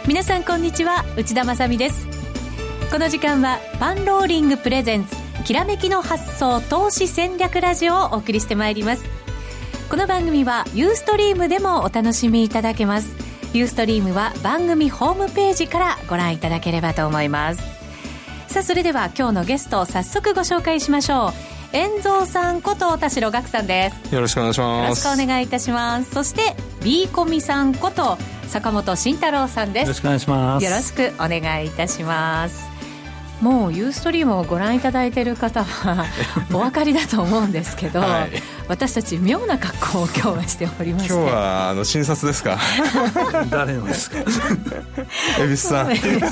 皆さんこんにちは、内田まさみです。この時間はパンローリングプレゼンツきらめきの発想投資戦略ラジオをお送りしてまいります。この番組はユーストリームでもお楽しみいただけます。ユーストリームは番組ホームページからご覧いただければと思います。さあ、それでは今日のゲストを早速ご紹介しましょう。遠蔵さんこと田代岳さんです。 よろしくお願いします。 よろしくお願いいたします。そして B コミさんこと坂本慎太郎さんです。 よろしくお願いします。 よろしくお願いいたします。もうユーストリームをご覧いただいている方はお分かりだと思うんですけど、はい、私たち妙な格好を今日はしておりまして。 今日は診察ですか？ 誰のですか？ 恵比寿さん。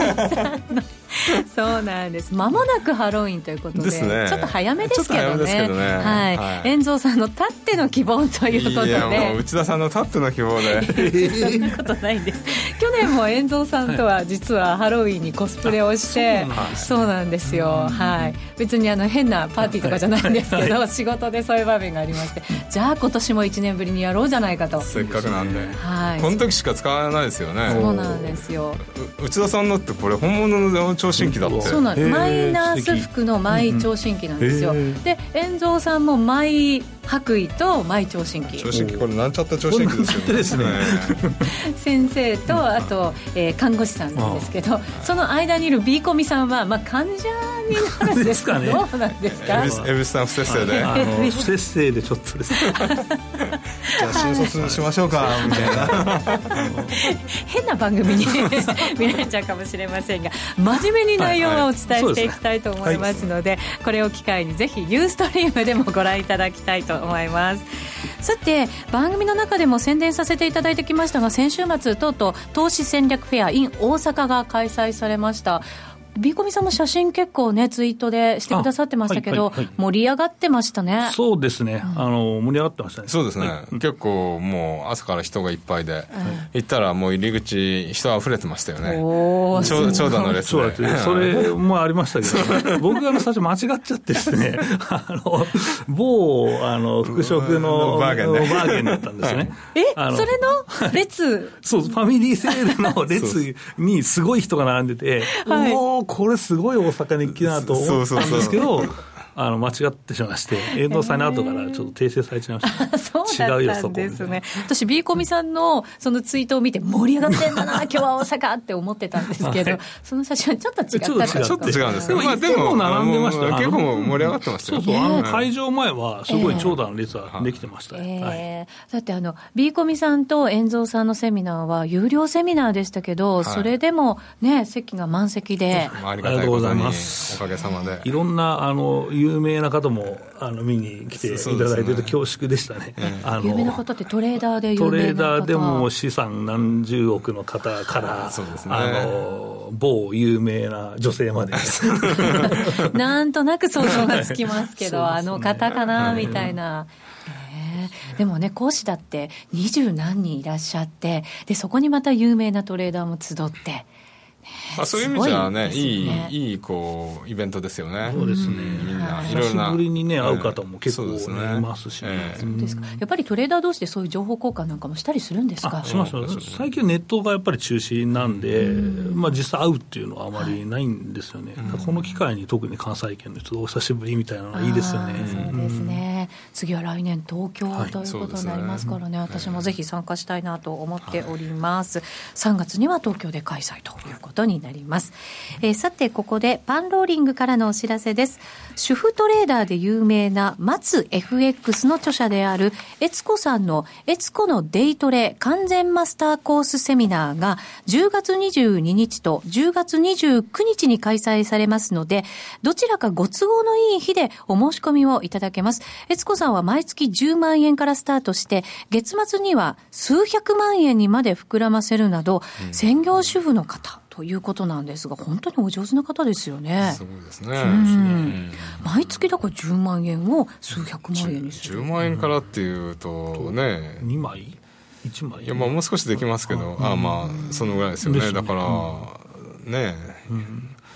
そうなんです。間もなくハロウィンということで、ね、ちょっと早めですけどね。はい。遠蔵さんのたっての希望ということで。いや、 もう内田さんのたっての希望で。 そんなことないんです。去年も遠蔵さんとは実はハロウィンにコスプレをして、そうなんですよ。はい。別に変なパーティーとかじゃないんですけど、仕事でそういう場面がありまして、じゃあ今年も1年ぶりにやろうじゃないかと。 せっかくなんで。 はい。 この時しか使わないですよね。 そうなんですよ。 内田さんのってこれ本物の聴診器だって。 そうなんです。マイナース服のマイ聴診器なんですよ。で、遠蔵さんもマイ白衣とマイ聴診器。 聴診器これなんちゃった聴診器ですよね。 先生とあと、看護師さんなんですけど、その間にいる B コミさんは、患者になるんですかね。どうなんですか？ 恵比寿さん不摂生で。 不摂生でちょっとですね。 じゃあ新卒しましょうかみたいな。 変な番組に見られちゃうかもしれませんが、真面目に内容はお伝えしていきたいと思いますので、これを機会にぜひユーストリームでもご覧いただきたいと思います。さて、番組の中でも宣伝させていただいてきましたが、先週末とうとう投資戦略フェア in 大阪が開催されました。ビーコミさんも写真結構ねツイートでしてくださってましたけど、盛り上がってましたね。 そうですね、盛り上がってましたね。 そうですね、結構もう朝から人がいっぱいで、行ったらもう入り口人あふれてましたよね。長蛇の列で。 それもありましたけど、僕が最初間違っちゃってですね、某服飾のバーゲンだったんですね。 それの列そう、ファミリーセールの列にすごい人が並んでて、これすごい大阪に行きなと思ったんですけど、間違ってしまいまして、遠藤さんに後からちょっと訂正されちゃいました。 そうだったんですね。私 B コミさんのそのツイートを見て盛り上がってんだな今日は大阪って思ってたんですけど、その写真はちょっと違ったちょっと違うんですけど、 でも並んでましたよ。 結構盛り上がってましたよ。 そう会場前はすごい長蛇の列はできてましたね。だってB コミさんと遠蔵さんのセミナーは有料セミナーでしたけど、それでもね席が満席で、 ありがたいことにおかげさまでいろんな有名な方も見に来ていただいてて恐縮でしたね。 有名な方ってトレーダーで有名な方、 トレーダーでも資産何十億の方から、 そうですね、 某有名な女性までなんとなく想像がつきますけどあの方かなみたいな。でもね、講師だって20何人いらっしゃって、でそこにまた有名なトレーダーも集ってそういう意味じゃね、いいこうイベントですよね。 そうですね。 みんないろいろな久しぶりにね会う方も結構いますし、 そうですか。やっぱりトレーダー同士でそういう情報交換なんかもしたりするんですか？ します。最近ネットがやっぱり中心なんで、実際会うっていうのはあまりないんですよね。この機会に特に関西圏の人お久しぶりみたいなのがいいですよね。 そうですね。次は来年東京ということになりますからね、私もぜひ参加したいなと思っております。3月には東京で開催ということになります。さてここでパンローリングからのお知らせです。主婦トレーダーで有名な松 FX の著者である悦子さんの悦子のデイトレ完全マスターコースセミナーが10月22日と10月29日に開催されますので、どちらかご都合のいい日でお申し込みをいただけます。悦子さんは毎月10万円からスタートして、月末には数百万円にまで膨らませるなど、専業主婦の方ということなんですが、本当にお上手な方ですよね。 そうですね。 毎月だから10万円を数百万円にする。 10万円からっていうとね、 2枚1枚、 いやもう少しできますけど、そのぐらいですよね。だからね、1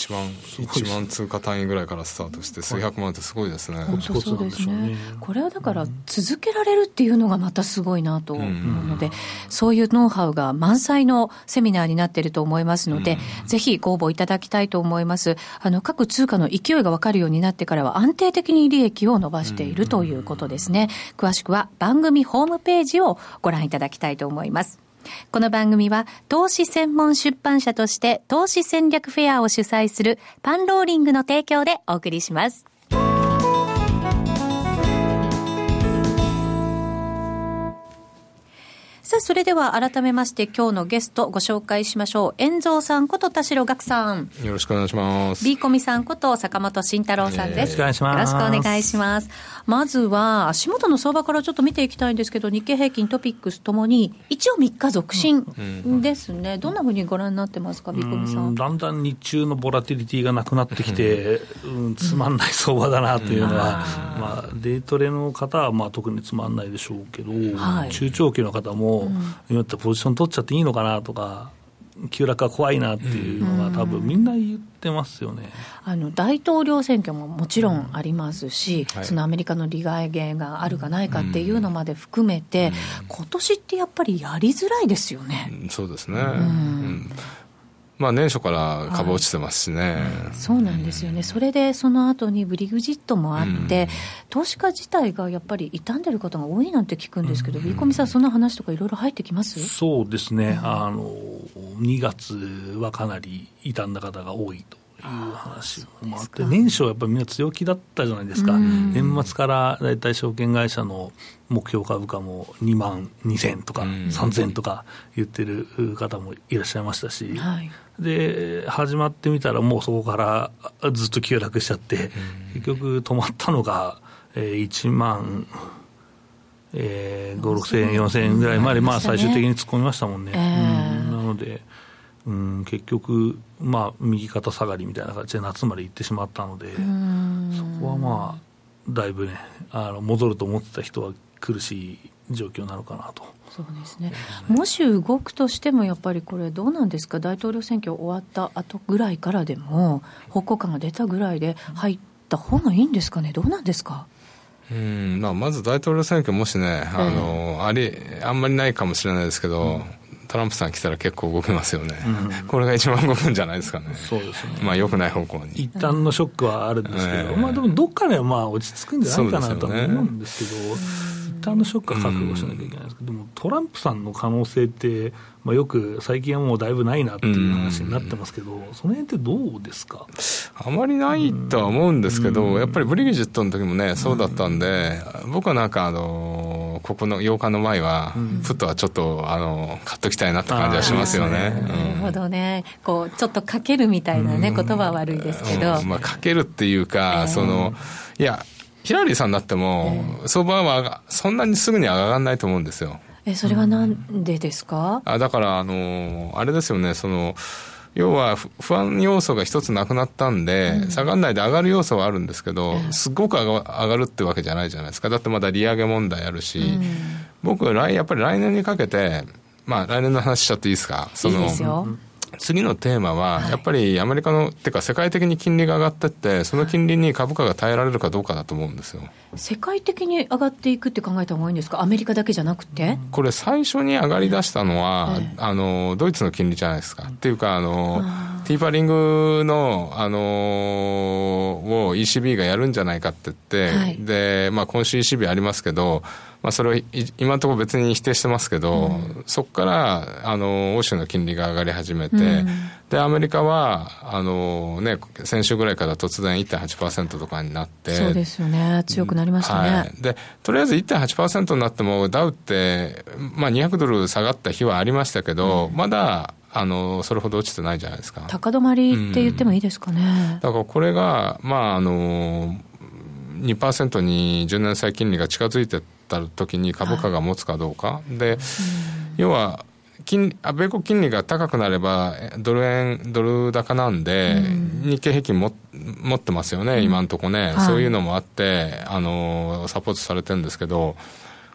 1万通貨単位ぐらいからスタートして数百万ってすごいですね。 本当そうですね。これはだから続けられるっていうのがまたすごいなと思うので、そういうノウハウが満載のセミナーになっていると思いますので、ぜひご応募いただきたいと思います。各通貨の勢いが分かるようになってからは安定的に利益を伸ばしているということですね。詳しくは番組ホームページをご覧いただきたいと思います。この番組は投資専門出版社として投資戦略フェアを主催するパンローリングの提供でお送りします。さあ、それでは改めまして今日のゲストご紹介しましょう。遠蔵さんこと田代岳さん、 よろしくお願いします。 B コミさんこと坂本慎太郎さんです。 よろしくお願いします。 よろしくお願いします。まずは足元の相場からちょっと見ていきたいんですけど、日経平均トピックスともに一応3日続伸ですね。どんなふうにご覧になってますか、 B コミさん。 だんだん日中のボラティリティがなくなってきて、つまんない相場だなというのは、デイトレの方は特につまんないでしょうけど、中長期の方も今ってポジション取っちゃっていいのかなとか、急落は怖いなっていうのが多分みんな言ってますよね。 大統領選挙ももちろんありますし、そのアメリカの利害減があるかないかっていうのまで含めて、今年ってやっぱりやりづらいですよね。 そうですね。年初から株落ちてますしね、 そうなんですよね。それでその後にブリグジットもあって、投資家自体がやっぱり傷んでる方が多いなんて聞くんですけど、ビーコミさん、そんな話とかいろいろ入ってきます？ そうですね、2月はかなり傷んだ方が多いという話もあって、年初はやっぱりみんな強気だったじゃないですか。年末からだいたい証券会社の目標株価も2万2000とか3000とか言ってる方もいらっしゃいましたし、で始まってみたらもうそこからずっと急落しちゃって、結局止まったのが1万5、6000円4000円ぐらいまで最終的に突っ込みましたもんね。なので結局右肩下がりみたいな形で夏まで行ってしまったので、そこはだいぶね戻ると思ってた人は苦しい状況なのかなと。 そうですね。もし動くとしてもやっぱりこれどうなんですか、大統領選挙終わった後ぐらいからでも方向感が出たぐらいで入った方がいいんですかね。どうなんですか。 まず大統領選挙もしね、あんまりないかもしれないですけど、トランプさん来たら結構動きますよね、これが一番動くんじゃないですかね。そうですね。良くない方向に一旦のショックはあるんですけど、でもどっかでは落ち着くんじゃないかなと思うんですけど、一旦のショックは覚悟しなきゃいけないですけど、でもトランプさんの可能性って、よく最近はもうだいぶないなっていう話になってますけど、その辺ってどうですか。 あまりないとは思うんですけど、やっぱりブリグジットの時もねそうだったんで、僕はここの8日の前はプットはちょっと買っときたいなって感じはしますよね。 なるほどね。ちょっとかけるみたいなね、言葉は悪いですけど、 かけるっていうか、いやヒラリーさんだっても、相場はそんなにすぐに上がらないと思うんですよ。 それはなんでですか。 だからあれですよね、要は不安要素が一つなくなったんで、下がらないで上がる要素はあるんですけど、すごく上がるってわけじゃないじゃないですか。だってまだ利上げ問題あるし、僕やっぱり来年にかけて、来年の話しちゃっていいですか。 いいですよ。 次のテーマはやっぱりアメリカのってか世界的に金利が上がってって、その金利に株価が耐えられるかどうかだと思うんですよ。 世界的に上がっていくって考えた方がいいんですか。アメリカだけじゃなくて。これ最初に上がり出したのは、ドイツの金利じゃないですか。っていうかティーパリングのを ECB がやるんじゃないかって言って、で今週 ECB ありますけど、それを今のところ別に否定してますけど、そこから欧州の金利が上がり始めて、でアメリカは先週ぐらいから突然 1.8% とかになって、 そうですよね、強くなりましたね。 でとりあえず 1.8% になってもダウって200ドル下がった日はありましたけど、まだそれほど落ちてないじゃないですか。 高止まりって言ってもいいですかね。 だからこれが2% に10年債金利が近づいてた時に株価が持つかどうか、で要は米国金利が高くなればドル高なんで、日経平均持ってますよね、今のところね、そういうのもあってサポートされてるんですけど、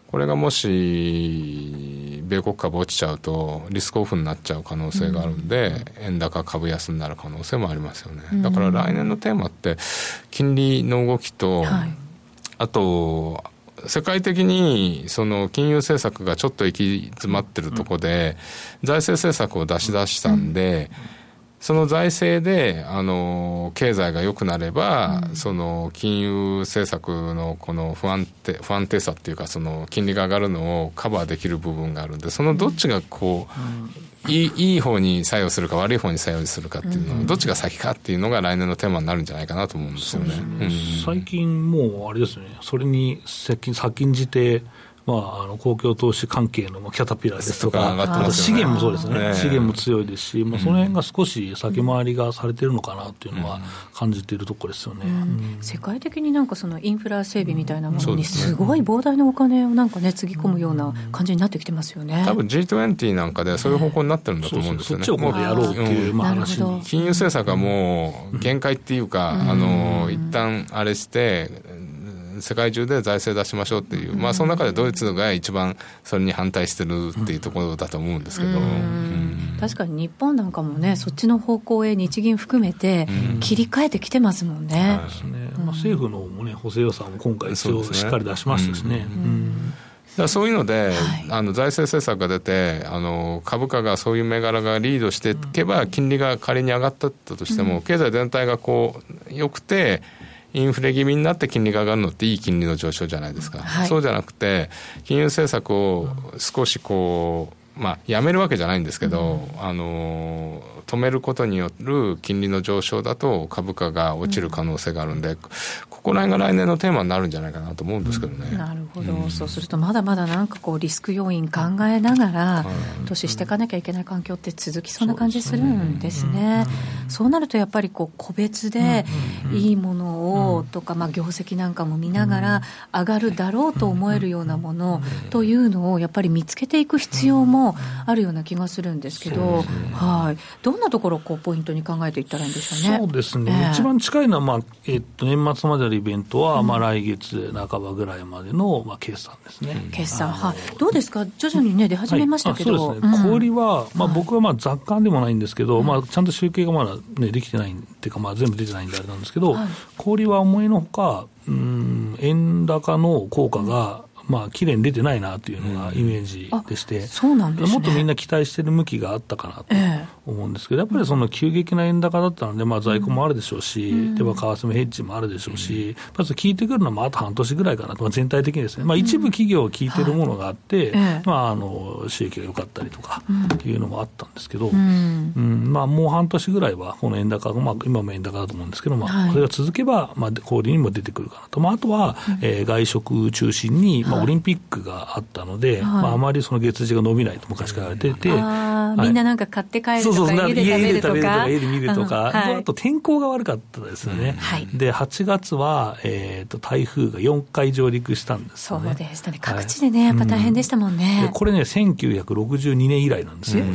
これがもし米国株落ちちゃうとリスクオフになっちゃう可能性があるんで、円高株安になる可能性もありますよね。だから来年のテーマって金利の動きと、あと世界的にその金融政策がちょっと行き詰まってるところで財政政策を出し出したんで、その財政で経済が良くなれば、その金融政策のこの不安定さっていうか、その金利が上がるのをカバーできる部分があるんで、そのどっちがこう、いい方に作用するか悪い方に作用するかっていうのを、どっちが先かっていうのが来年のテーマになるんじゃないかなと思うんですよね。 最近もうあれですね、それに先んじて公共投資関係のキャタピラーですとか、あと資源もそうですね、資源も強いですし、その辺が少し先回りがされてるのかなっていうのは感じているところですよね。 世界的になんかそのインフラ整備みたいなものにすごい膨大なお金をなんかね、つぎ込むような感じになってきてますよね。 多分 G20 なんかでそういう方向になってるんだと思うんですよね。 そっちを今度やろうっていう話に。 金融政策はもう限界っていうか、一旦あれして世界中で財政出しましょうっていう、その中でドイツが一番それに反対してるっていうところだと思うんですけど、 確かに日本なんかもね、そっちの方向へ日銀含めて切り替えてきてますもんね。 政府のもね、補正予算も今回一応しっかり出しましたしね。 そういうので、財政政策が出て株価がそういう銘柄がリードしていけば、金利が仮に上がったとしても、経済全体がこう良くてインフレ気味になって金利が上がるのっていい金利の上昇じゃないですか、そうじゃなくて金融政策を少しこう、やめるわけじゃないんですけど、止めることによる金利の上昇だと株価が落ちる可能性があるんで、ここら辺が来年のテーマになるんじゃないかなと思うんですけどね。 なるほど、そうするとまだまだなんかこうリスク要因考えながら投資していかなきゃいけない環境って続きそうな感じするんですね。そうなるとやっぱりこう個別でいいものをとか、業績なんかも見ながら上がるだろうと思えるようなものというのをやっぱり見つけていく必要もあるような気がするんですけど、どんなところをこうポイントに考えていったらいいんでしょうね。 そうですね、一番近いのは、年末までのイベントは、来月半ばぐらいまでの、決算ですね。 決算、どうですか、徐々に、ね、出始めましたけど、 そうですね、小売りは、僕は雑感でもないんですけど、ちゃんと集計がまだ、できてないっていうか、全部出てないんであれなんですけど、小売りは思いのほか、円高の効果が、綺麗に出てないなというのがイメージでして、 そうなんですね、 もっとみんな期待してる向きがあったかなと思うんですけど、やっぱりその急激な円高だったので、在庫もあるでしょうし、で為替もヘッジもあるでしょうし、まず効いてくるのはあと半年ぐらいかなと、全体的にですね、一部企業は効いてるものがあって、収益が良かったりとかいうのもあったんですけど、もう半年ぐらいはこの円高が、今も円高だと思うんですけど、これが続けば、小売にも出てくるかなと。あとは、外食中心に、オリンピックがあったので、あまりその月次が伸びないと昔から言われてて、 みんななんか買って帰るとか、家で食べるとか、 家で見るとか、あと天候が悪かったですよね。で、8月は、台風が4回上陸したんですよね。 そうでしたね。各地でね、やっぱ大変でしたもんね。 これね、1962年以来なんですよ。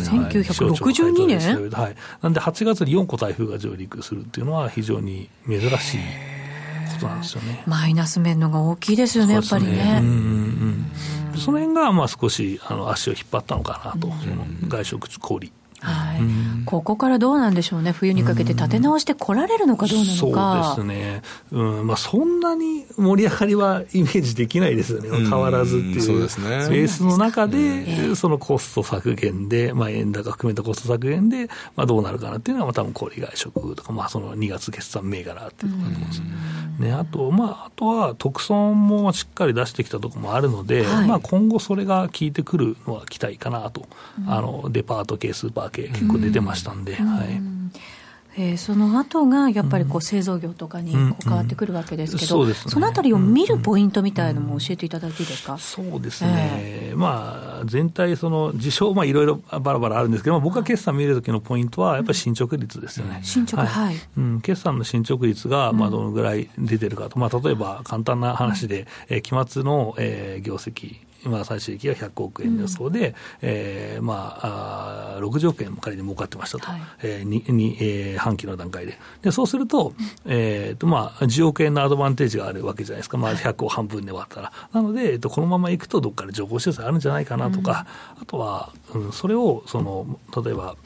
1962年？ なんで8月に4個台風が上陸するっていうのは非常に珍しいことなんですよね。 マイナス面のが大きいですよね、やっぱりね。 その辺が少し足を引っ張ったのかなと、その外食小売。 ここからどうなんでしょうね、冬にかけて立て直して来られるのかどうなのか。 そうですね、そんなに盛り上がりはイメージできないですよね、変わらずっていう、ベースの中で、そのコスト削減で、円高含めたコスト削減で、どうなるかなっていうのは、多分小売外食とか、その2月決算銘柄っていうことだと思いますね。あとは特損もしっかり出してきたところもあるので、今後それが効いてくるのは期待かなと、デパート系、スーパー系結構出てましたんで、 その後がやっぱり製造業とかに変わってくるわけですけど、そのあたりを見るポイントみたいなのも教えていただいていいですか。 そうですね、全体その事象いろいろバラバラあるんですけど、僕が決算見るときのポイントはやっぱり進捗率ですよね。決算の進捗率がどのぐらい出てるかと、例えば簡単な話で、期末の業績最終益が100億円の予想で、60億円も仮に儲かってましたと、半期の段階でそうすると、10億円のアドバンテージがあるわけじゃないですか、100を半分で割ったら。なので、このままいくとどっかで情報修正あるんじゃないかなとか、あとは、それを例えば、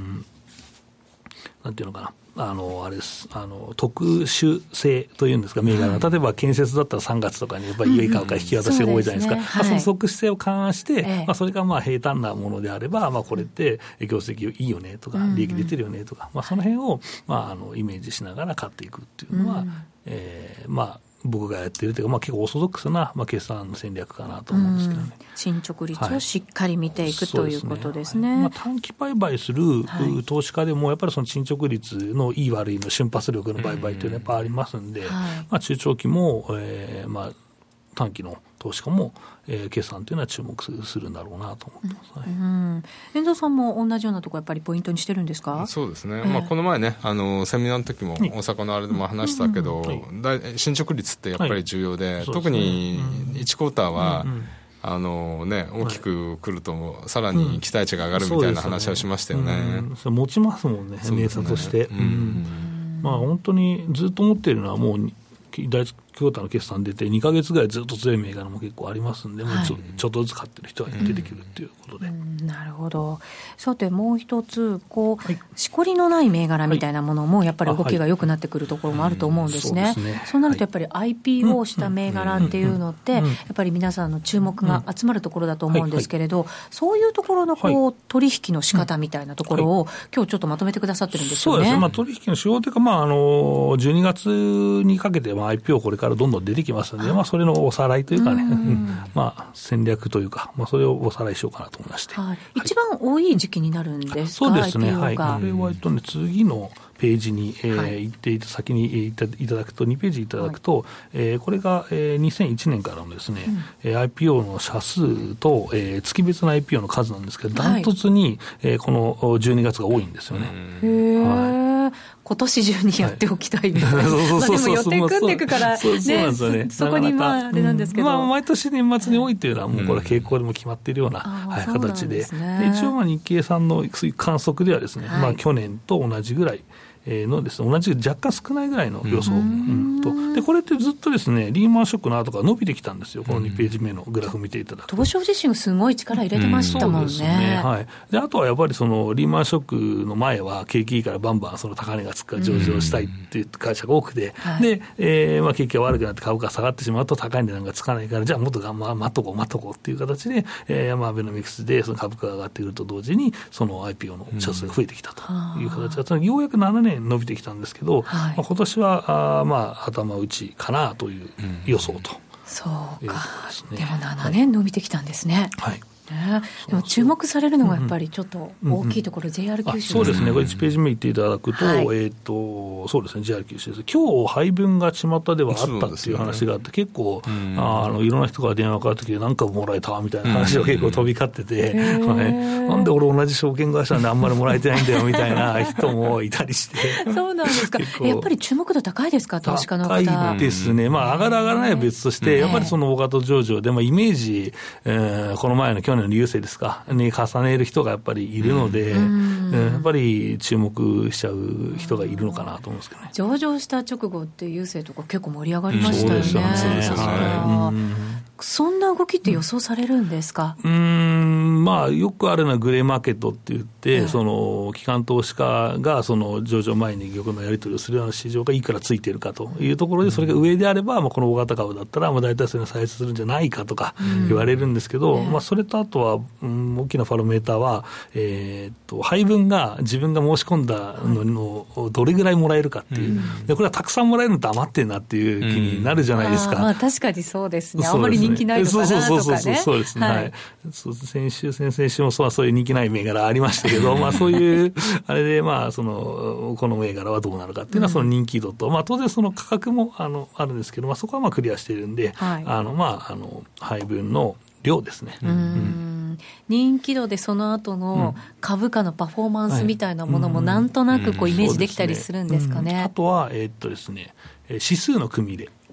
なんていうのかな、あれです、特殊性というんですか、銘柄、例えば建設だったら3月とかにやっぱり良い株価引き渡しが多いじゃないですか、その特殊性を勘案して、それが平坦なものであれば、これって業績いいよねとか、利益出てるよねとか、その辺を、イメージしながら買っていくっていうのは、僕がやっているというか、結構オーソドックスな、決算の戦略かなと思うんですけどね。 進捗率をしっかり見ていく、ということですね。 短期売買する投資家でもやっぱりその進捗率のいい悪いの瞬発力の売買というのはやっぱありますんで、中長期も、短期の投資家も、決算というのは注目するんだろうなと思ってますね。 遠藤さんも同じようなところやっぱりポイントにしてるんですか？ そうですね、この前ねセミナーの時も大阪のあれでも話したけど、進捗率ってやっぱり重要で、特に1クォーターは、大きく来るとさらに期待値が上がるみたいな話をしましたよね。 それ持ちますもんね、銘差として。本当にずっと思っているのはもう第1クォーターの決算出て2ヶ月ぐらいずっと強い銘柄も結構ありますんで、ちょっとずつ買ってる人が出てくるっていうことで、 なるほど。さてもう一つしこりのない銘柄みたいなものもやっぱり動きが良くなってくるところもあると思うんですね。そうなるとやっぱり IPO した銘柄っていうのってやっぱり皆さんの注目が集まるところだと思うんですけれど、そういうところの取引の仕方みたいなところを今日ちょっとまとめてくださってるんですよね。 そうですね、取引の仕様というか、12月にかけてIPO これからどんどん出てきますので、それのおさらいというかね、戦略というか、それをおさらいしようかなと思いまして、 一番多い時期になるんですか？ そうですね、 IPO が。 これは次のページに、行って先にいただくと、2ページいただくと、これが、2001年からのですね、IPO の社数と、月別の IPO の数なんですけど、ダントツに、この12月が多いんですよね。 今年中にやっておきたいみたいな。でも予定組んでいくからね、そこにあれなんですけど。 毎年年末に多いというのはもうこれは傾向でも決まっているような形で、一応日経さんの観測ではですね、去年と同じぐらいのですね、同じ若干少ないぐらいの予想で、これってずっとですね、リーマンショックの後から伸びてきたんですよ。この2ページ目のグラフ見ていただくと、 東証自身すごい力入れてましたもんね。 そうですね、であとはやっぱりそのリーマンショックの前は景気いいからバンバンその高値がつくから上場したいっていう会社が多くて、で、景気が悪くなって株価が下がってしまうと高い値段がつかないから、じゃあもっと待っとこうっていう形で、アベノミクスでその株価が上がってくると同時にその IPO の社数が増えてきたという形だったので、ようやく7年伸びてきたんですけど、今年は頭打ちかなという予想と。 そうか、でも7年伸びてきたんですね。でも注目されるのがやっぱりちょっと大きいところ、JR 九州そうですね、これ1ページ目いっていただくと、そうですね、JR 九州です。今日配分が巷ではあったっていう話があって、結構いろんな人から電話かかってきて、なんかもらえたみたいな話が結構飛び交ってて、なんで俺同じ証券会社なんであんまりもらえてないんだよみたいな人もいたりしてそうなんですか。やっぱり注目度高いですか、投資家の方。 高いですね。上がる上がらないは別として、やっぱりその大型上場で、イメージ、この前の去年の優勢ですかに重ねる人がやっぱりいるので、やっぱり注目しちゃう人がいるのかなと思うんですけどね。 上場した直後って郵政とか結構盛り上がりましたよね。そうですよね。そんな動きって予想されるんですか？ よくあるのはグレーマーケットって言って、その機関投資家がその上場前に玉のやり取りをするような市場がいくらついているかというところで、それが上であれば、この大型株だったら大体それに再出するんじゃないかとか言われるんですけど、それとあとは、大きなパロメーターは、配分が自分が申し込んだののどれぐらいもらえるかっていう、でこれはたくさんもらえるのと余ってるなっていう気になるじゃないですか。 確かにそうですね。あんまり人気ないのかなとかね。 そうですね。先週先々週もそういう人気ない銘柄ありましたけど、そういうあれでこの銘柄はどうなるかっていうのはその人気度と、当然その価格もあるんですけど、そこはクリアしているんで、配分の量ですね。 人気度でその後の株価のパフォーマンスみたいなものもなんとなくイメージできたりするんですかね。 あとはですね、指数の組み入れ。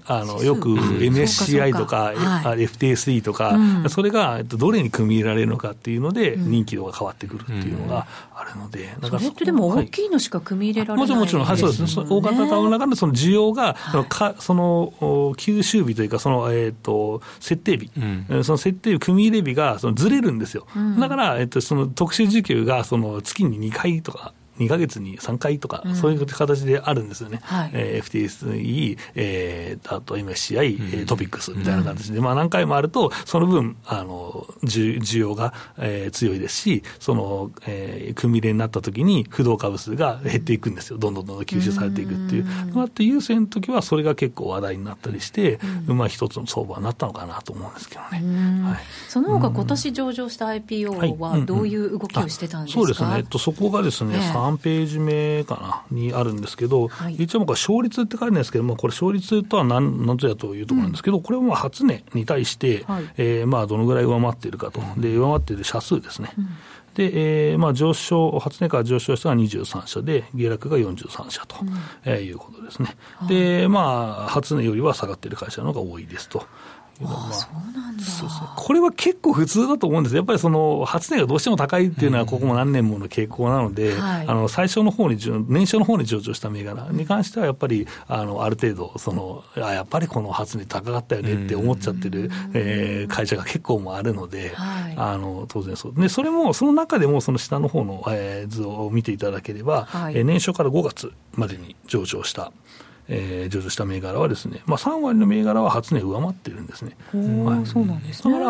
よく MSCI とか、FTSE とか、それがどれに組み入れられるのかっていうので、人気度が変わってくるっていうのがあるので、 それってでも大きいのしか組み入れられない、 もちろん、そうですね。大型株の中でその需要が、その吸収日というか、その、設定日、その設定日、組み入れ日がそのずれるんですよ。だから、その特殊受給がその月に2回とか、2ヶ月に3回とか、そういう形であるんですよね。FTSE、あと MSCI、トピックスみたいな形で、何回もあると、その分、需要が、強いですし、その、組み入れになった時に不動株数が減っていくんですよ。どんどん吸収されていくっていう。って優勢の時はそれが結構話題になったりして、一つの相場になったのかなと思うんですけどね。 その他今年上場した IPO はどういう動きをしてたんですか？ そうですね。そこがですね、3ページ目かなにあるんですけど、一応僕は勝率って書いてるんですけども、これ勝率とは何ぞやというところなんですけど、これは初値に対して、どのぐらい上回っているかと。で、上回っている社数ですね。で、初値から上昇したのが23社で、下落が43社と、いうことですね。で、初値よりは下がっている会社の方が多いですと。 そうなんだ。 これは結構普通だと思うんです。やっぱりその初値がどうしても高いっていうのはここも何年もの傾向なので、最初の方に年初の方に上場した銘柄に関してはやっぱりある程度やっぱりこの初値高かったよねって思っちゃってる、会社が結構もあるので、当然そうで、それもその中でもその下の方の、図を見ていただければ、年初から5月までに上場した銘柄はですね、3割の銘柄は初値を上回ってるんですね。 そうなんですね。 だから、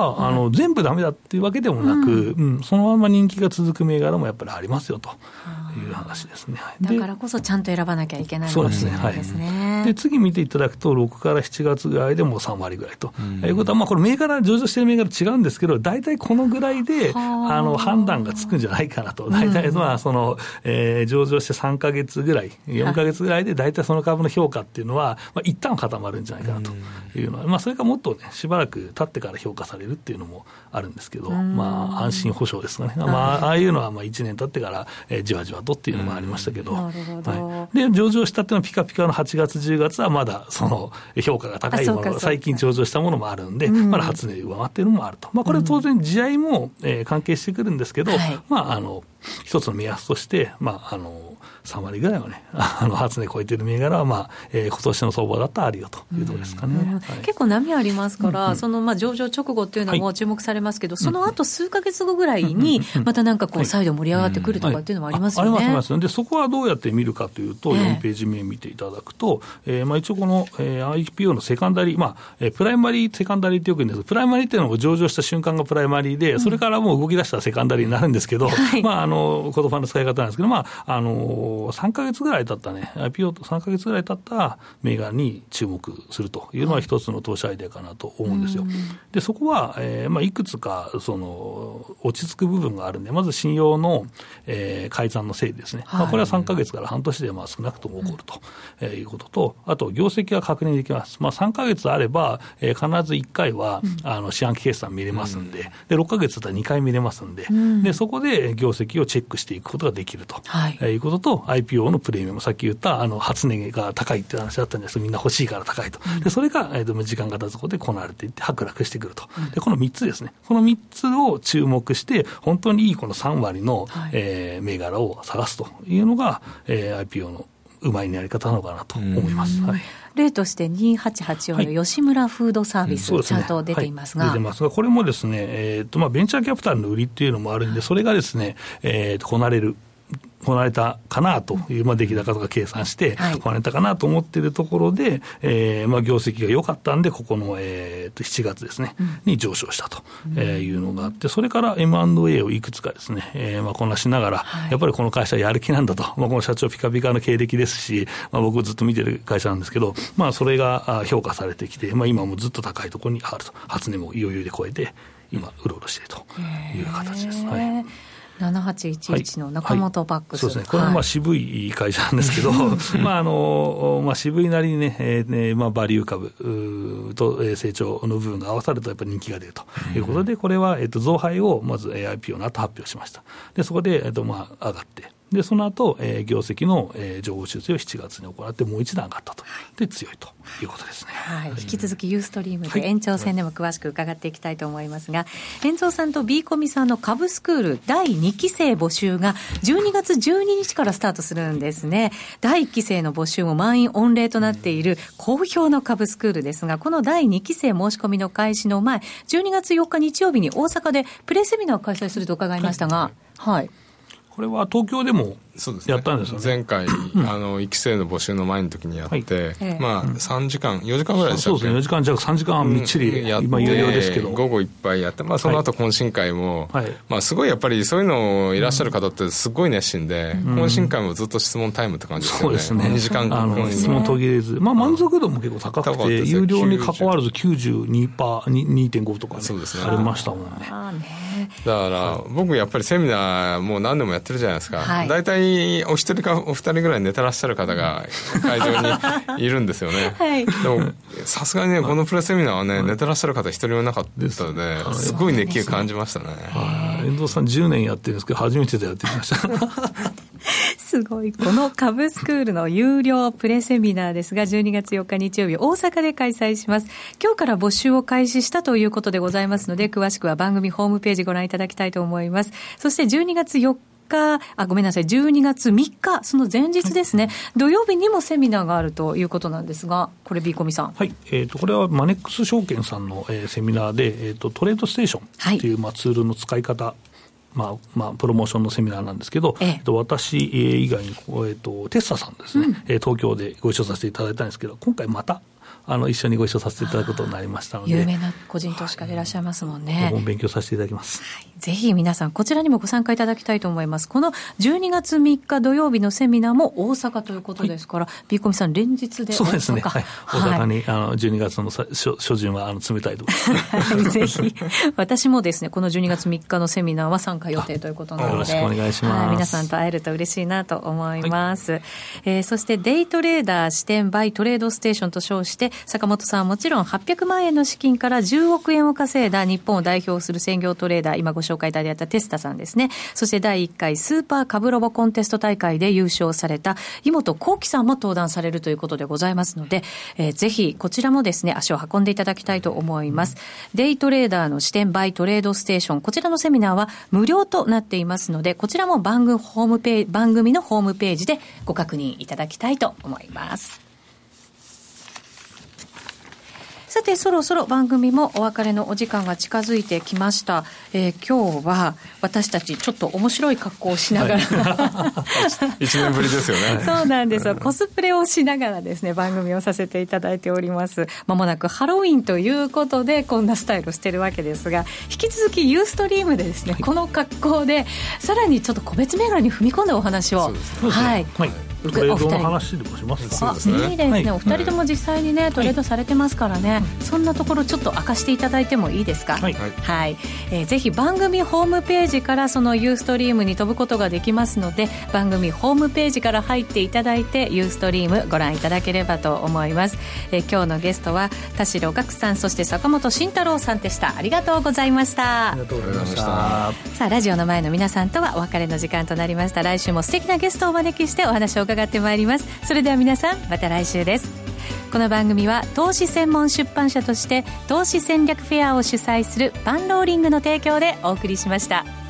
全部ダメだっていうわけでもなく、そのまま人気が続く銘柄もやっぱりありますよという話ですね。 だからこそちゃんと選ばなきゃいけないのかもしれないですね。 で、次見ていただくと、6から7月ぐらいでもう3割ぐらいということは、これ銘柄、上場している銘柄違うんですけど、大体このぐらいで判断がつくんじゃないかなと。大体上場して3ヶ月ぐらい、4ヶ月ぐらいで大体その株の評価っていうのは、一旦固まるんじゃないかなというのは、それからもっとね、しばらく経ってから評価されるっていうのもあるんですけど、安心保証ですかね。ああいうのは1年経ってから、じわじわとっていうのもありましたけど、で、上場したっていうのはピカピカの8月、10月はまだその評価が高いもの、最近上場したものもあるんで、まだ初値上回っているのもあると。これは当然、地合いも、関係してくるんですけど、一つの目安として、3割ぐらいはね、初値超えている銘柄は、今年の相場だったらあるよというところですかね。 結構波ありますから、その上場直後っていうのも注目されますけど、その後数ヶ月後ぐらいに、またなんか再度盛り上がってくるとかっていうのもありますよね。 あります。で、そこはどうやって見るかというと、4ページ目見ていただくと、一応この IPO のセカンダリー、プライマリー、セカンダリーってよく言うんですけど、プライマリーっていうのが上場した瞬間がプライマリーで、それからもう動き出したらセカンダリーになるんですけど、コードファンの使い方なんですけど、3ヶ月ぐらい経ったね、IPO と3ヶ月ぐらい経った銘柄に注目するというのは一つの投資アイデアかなと思うんですよ。で、そこは、いくつか落ち着く部分があるんで、まず信用の、改ざんのせいですね。これは3ヶ月から半年で少なくとも起こると、いうことと、あと業績が確認できます。3ヶ月あれば、必ず1回は、四半期決算見れますんで、で、6ヶ月だったら2回見れますんで、で、そこで業績をチェックしていくことができると、いうことと、IPO のプレミアム、さっき言った初値が高いっていう話だったんですけど、みんな欲しいから高いと。で、それが、時間が経つことでこなれていって剥落してくると。で、この3つですね。この3つを注目して、本当にいいこの3割の、銘柄を探すというのが、IPO のうまいやり方なのかなと思います。 例として2884の吉村フードサービス、ちゃんと出ていますが、 出てますが、これもですね、ベンチャーキャピタルの売りっていうのもあるんで、それがですね、こなれたかなという、出来高とか計算して、こなれたかなと思っているところで、業績が良かったんで、ここの、7月ですね、に上昇したというのがあって、それから M&A をいくつかですね、こなしながら、やっぱりこの会社やる気なんだと、この社長ピカピカの経歴ですし、僕ずっと見てる会社なんですけど、それが評価されてきて、今もずっと高いところにあると、初値も余裕で超えて、今、うろうろしているという形です。 7811の中本バックス、 そうですね、これは渋い会社なんですけど、渋いなりにね、バリュー株と成長の部分が合わさるとやっぱり人気が出るということで、これは増配をまず IPO の後発表しました。で、そこで上がって、 でその後、業績の、上方修正を7月に行ってもう一段上がったと、で強いということですね。 はい、引き続きユーストリームで延長戦でも詳しく伺っていきたいと思いますが、遠蔵さんと B コミさんの株スクール第2期生募集が12月12日からスタートするんですね。第1期生の募集も満員御礼となっている好評の株スクールですが、この第2期生申し込みの開始の前、12月4日日曜日に大阪でプレセミナーを開催すると伺いましたが、はい、 これは東京でもやったんですよね。 前回、1期生の募集の前の時にやって、まあ、3時間、4時間ぐらいでしたっけ。 そうですね、4時間弱、3時間みっちり、今有料ですけど。 午後いっぱいやって、まあ、その後懇親会も、まあ、すごいやっぱりそういうのいらっしゃる方ってすごい熱心で、懇親会もずっと質問タイムって感じですよね。 そうですね。 2時間後質問途切れず、まあ、満足度も結構高くて、有料に関わらず 92%、2.5 とかね、ありましたもんね。 だから僕やっぱりセミナーもう何年もやってるじゃないですか。大体お一人かお二人ぐらい寝てらっしゃる方が会場にいるんですよね。でもさすがにね、このプレセミナーはね、寝てらっしゃる方一人もいなかったので、すごい熱気を感じましたね。 遠藤さん10年やってるんですけど初めてでやってきましたすごい。この株スクールの有料プレセミナーですが、12月4日日曜日大阪で開催します。今日から募集を開始したということでございますので、詳しくは番組ホームページご覧いただきたいと思います。そして12月4日、ごめんなさい、12月3日、その前日ですね、土曜日にもセミナーがあるということなんですが、これ B コミさん。 はい、これはマネックス証券さんの、セミナーで、トレードステーションという、ツールの使い方、プロモーションのセミナーなんですけど、私以外に、テッサさんですね、東京でご一緒させていただいたんですけど、今回また一緒にご一緒させていただくことになりましたので、 有名な個人投資家でいらっしゃいますもんね。 勉強させていただきます。 ぜひ皆さんこちらにもご参加いただきたいと思います。この12月3日土曜日のセミナーも大阪ということですから、B コミさん連日で大阪。 そうですね、大阪に12月の初旬は冷たいところぜひ私もですね、この12月3日のセミナーは参加予定ということなので、 よろしくお願いします。 皆さんと会えると嬉しいなと思います。そしてデイトレーダー視点バイトレードステーションと称して、坂本さんはもちろん800万円の資金から10億円を稼いだ日本を代表する専業トレーダー、今ご紹介いただいたテスタさんですね。そして第1回スーパー株ロボコンテスト大会で優勝された井本幸喜さんも登壇されるということでございますので、ぜひこちらもですね、足を運んでいただきたいと思います。デイトレーダーの視点バイトレードステーション、こちらのセミナーは無料となっていますので、こちらも番組のホームページでご確認いただきたいと思います。さて、そろそろ番組もお別れのお時間が近づいてきました。今日は私たちちょっと面白い格好をしながら、 1年ぶりですよね。 そうなんですよ。コスプレをしながらですね、番組をさせていただいております。まもなくハロウィンということでこんなスタイルをしてるわけですが、引き続きユーストリームでですね、この格好でさらにちょっと個別銘柄に踏み込んだお話を、 トレードの話でもしますか。 いいですね、お二人とも実際にね、トレードされてますからね、そんなところちょっと明かしていただいてもいいですか。ぜひ番組ホームページからそのユーストリームに飛ぶことができますので、番組ホームページから入っていただいてユーストリームご覧いただければと思います。今日のゲストは田代岳さん、そして坂本慎太郎さんでした。ありがとうございました。 ありがとうございました。 さあ、ラジオの前の皆さんとはお別れの時間となりました。来週も素敵なゲストをお招きしてお話を伺ってまいります。それでは皆さん、また来週です。この番組は投資専門出版社として投資戦略フェアを主催するパンローリングの提供でお送りしました。